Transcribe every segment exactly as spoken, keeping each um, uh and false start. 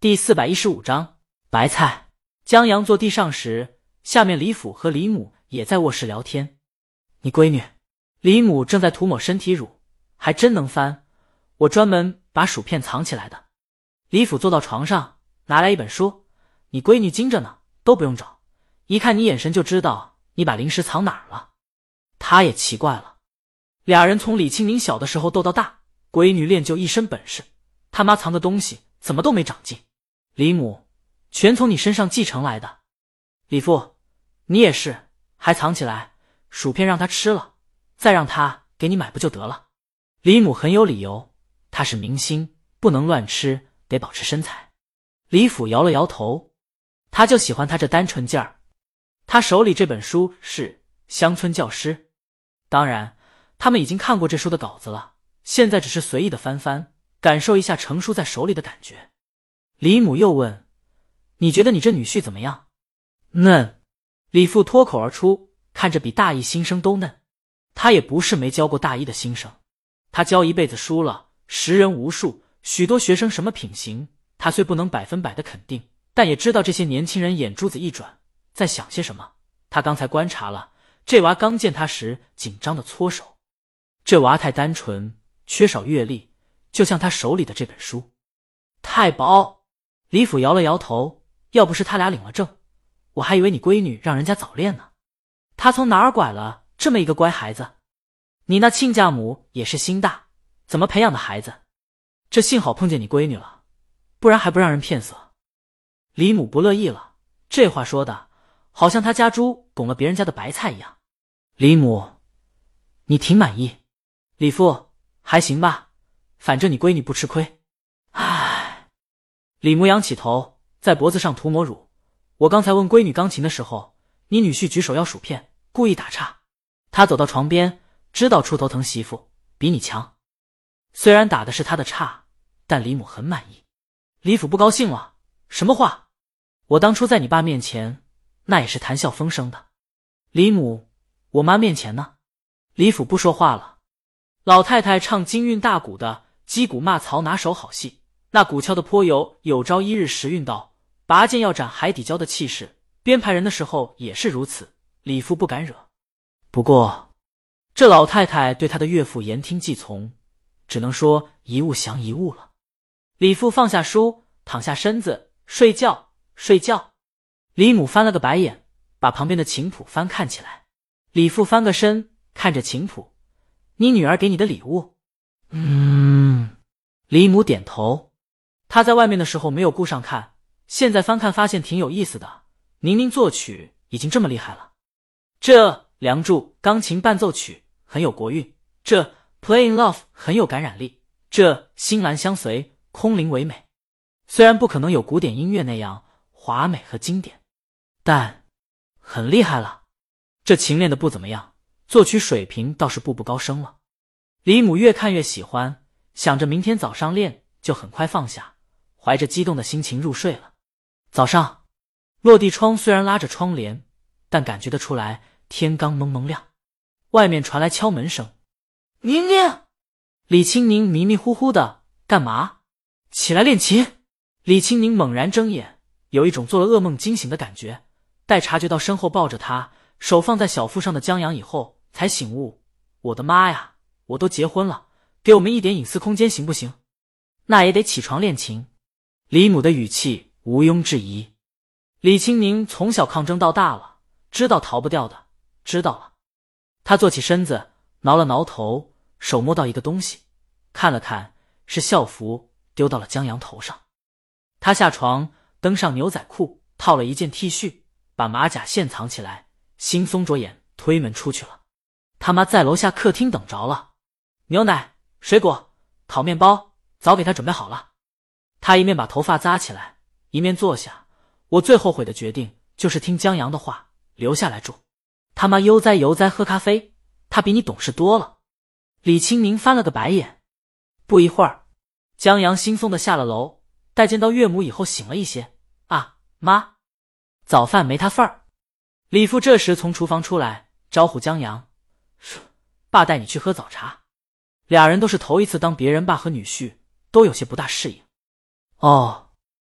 第四百一十五章白菜。江阳坐地上时，下面李府和李母也在卧室聊天。你闺女，李母正在涂抹身体乳，还真能翻，我专门把薯片藏起来的。李府坐到床上，拿来一本书，你闺女精着呢，都不用找，一看你眼神就知道你把零食藏哪儿了。他也奇怪了，俩人从李清明小的时候斗到大，闺女练就一身本事，他妈藏的东西怎么都没长进。李母，全从你身上继承来的。李父，你也是，还藏起来，薯片让他吃了，再让他给你买不就得了。李母很有理由，他是明星，不能乱吃，得保持身材。李府摇了摇头，他就喜欢他这单纯劲儿。他手里这本书是《乡村教师》，当然他们已经看过这书的稿子了，现在只是随意的翻翻，感受一下成书在手里的感觉。李母又问，你觉得你这女婿怎么样？嫩。李父脱口而出，看着比大一新生都嫩。他也不是没教过大一的新生，他教一辈子书了，识人无数，许多学生什么品行，他虽不能百分百的肯定，但也知道这些年轻人眼珠子一转，在想些什么。他刚才观察了，这娃刚见他时紧张的搓手，这娃太单纯，缺少阅历，就像他手里的这本书，太薄。李府摇了摇头，要不是他俩领了证，我还以为你闺女让人家早恋呢。她从哪儿拐了这么一个乖孩子？你那亲家母也是心大，怎么培养的孩子？这幸好碰见你闺女了，不然还不让人骗死。李母不乐意了，这话说的好像他家猪拱了别人家的白菜一样。李母，你挺满意？李父，还行吧，反正你闺女不吃亏。唉。李母仰起头，在脖子上涂抹乳。我刚才问闺女钢琴的时候，你女婿举手要薯片，故意打岔。他走到床边，知道出头疼媳妇比你强。虽然打的是他的岔，但李母很满意。李府不高兴了，什么话？我当初在你爸面前，那也是谈笑风生的。李母，我妈面前呢？李府不说话了。老太太唱京韵大鼓的击鼓骂曹拿手好戏，那鼓敲的颇有有朝一日时运到拔剑要斩海底蛟的气势，编排人的时候也是如此，李父不敢惹。不过这老太太对他的岳父言听计从，只能说一物降一物了。李父放下书，躺下身子，睡觉睡觉。李母翻了个白眼，把旁边的琴谱翻看起来。李父翻个身，看着琴谱，你女儿给你的礼物？嗯。李母点头。他在外面的时候没有顾上看，现在翻看发现挺有意思的。明明作曲已经这么厉害了，这《梁祝》钢琴伴奏曲很有国韵，这《Playing Love》很有感染力，这《心兰相随》空灵唯美。虽然不可能有古典音乐那样华美和经典，但很厉害了。这琴练得不怎么样，作曲水平倒是步步高升了。李母越看越喜欢，想着明天早上练，就很快放下，怀着激动的心情入睡了。早上，落地窗虽然拉着窗帘，但感觉得出来天刚蒙蒙亮。外面传来敲门声。宁宁！李清宁迷迷糊糊的，干嘛？起来练琴。李清宁猛然睁眼，有一种做了噩梦惊醒的感觉，待察觉到身后抱着他，手放在小腹上的江阳以后，才醒悟，我的妈呀，我都结婚了，给我们一点隐私空间行不行？那也得起床练琴。李母的语气毋庸置疑。李清宁从小抗争到大了，知道逃不掉的，知道了。他坐起身子，挠了挠头，手摸到一个东西，看了看，是校服，丢到了江阳头上。他下床，登上牛仔裤，套了一件 T 恤，把马甲线藏起来，惺忪着眼推门出去了。他妈在楼下客厅等着了，牛奶、水果、烤面包早给他准备好了。他一面把头发扎起来，一面坐下。我最后悔的决定就是听江阳的话，留下来住。他妈悠哉悠哉喝咖啡，他比你懂事多了。李清明翻了个白眼。不一会儿，江阳惺忪的下了楼，待见到岳母以后醒了一些。啊，妈，早饭没他份儿。李父这时从厨房出来，招呼江阳，说：“爸带你去喝早茶。”俩人都是头一次当别人爸和女婿，都有些不大适应。哦。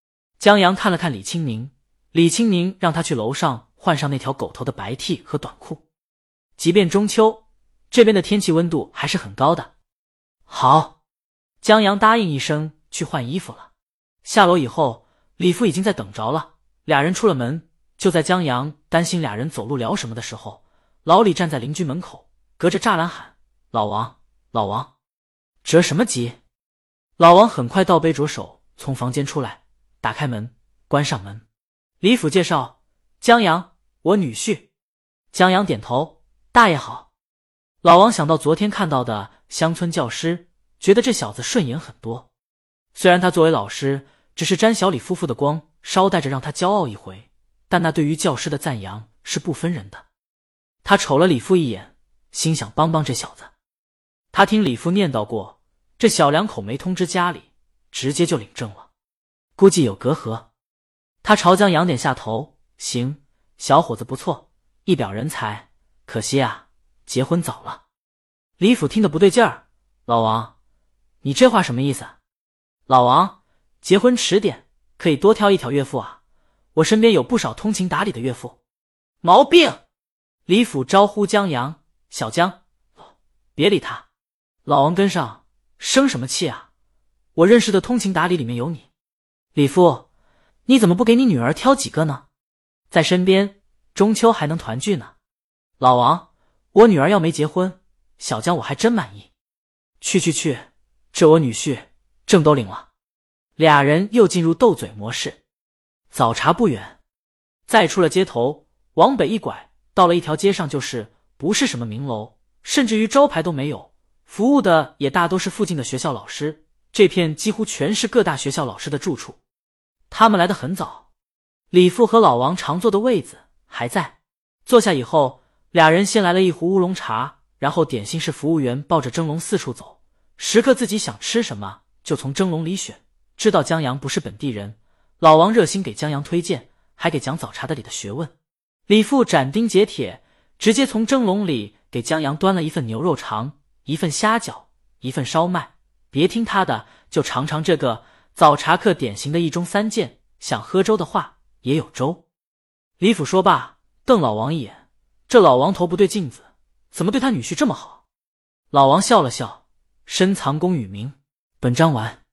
江阳看了看李青宁，李青宁让他去楼上换上那条狗头的白 T 和短裤。即便中秋，这边的天气温度还是很高的。好，江阳答应一声，去换衣服了。下楼以后，李父已经在等着了。俩人出了门，就在江阳担心俩人走路聊什么的时候，老李站在邻居门口，隔着栅栏喊：老王，老王，着什么急？老王很快倒背着手从房间出来，打开门，关上门。李府介绍：江阳，我女婿。江阳点头：大爷好。老王想到昨天看到的乡村教师，觉得这小子顺眼很多。虽然他作为老师，只是沾小李夫妇的光，捎带着让他骄傲一回，但那对于教师的赞扬是不分人的。他瞅了李父一眼，心想帮帮这小子。他听李父念叨过，这小两口没通知家里，直接就领证了，估计有隔阂。他朝江阳点下头：行，小伙子不错，一表人才，可惜啊，结婚早了。李府听得不对劲儿：老王，你这话什么意思？老王，结婚迟点，可以多挑一挑岳父啊，我身边有不少通情达理的岳父。毛病！李府招呼江阳：小江，别理他。老王跟上，生什么气啊？我认识的通情达理里面有你。李父，你怎么不给你女儿挑几个呢？在身边，中秋还能团聚呢。老王，我女儿要没结婚，小江我还真满意。去去去，这我女婿证都领了。俩人又进入斗嘴模式。早茶不远，再出了街头，往北一拐，到了一条街上，就是不是什么名楼，甚至于招牌都没有，服务的也大都是附近的学校老师，这片几乎全是各大学校老师的住处。他们来得很早，李父和老王常坐的位子还在。坐下以后，俩人先来了一壶乌龙茶，然后点心室服务员抱着蒸笼四处走，时刻自己想吃什么就从蒸笼里选。知道江阳不是本地人，老王热心给江阳推荐，还给讲早茶的里的学问。李父斩钉截铁，直接从蒸笼里给江阳端了一份牛肉肠，一份虾饺，一份烧麦。别听他的，就尝尝这个早茶客典型的一盅三件，想喝粥的话也有粥。李府说罢，瞪老王一眼，这老王头不对镜子，怎么对他女婿这么好？老王笑了笑：深藏功与名。本章完。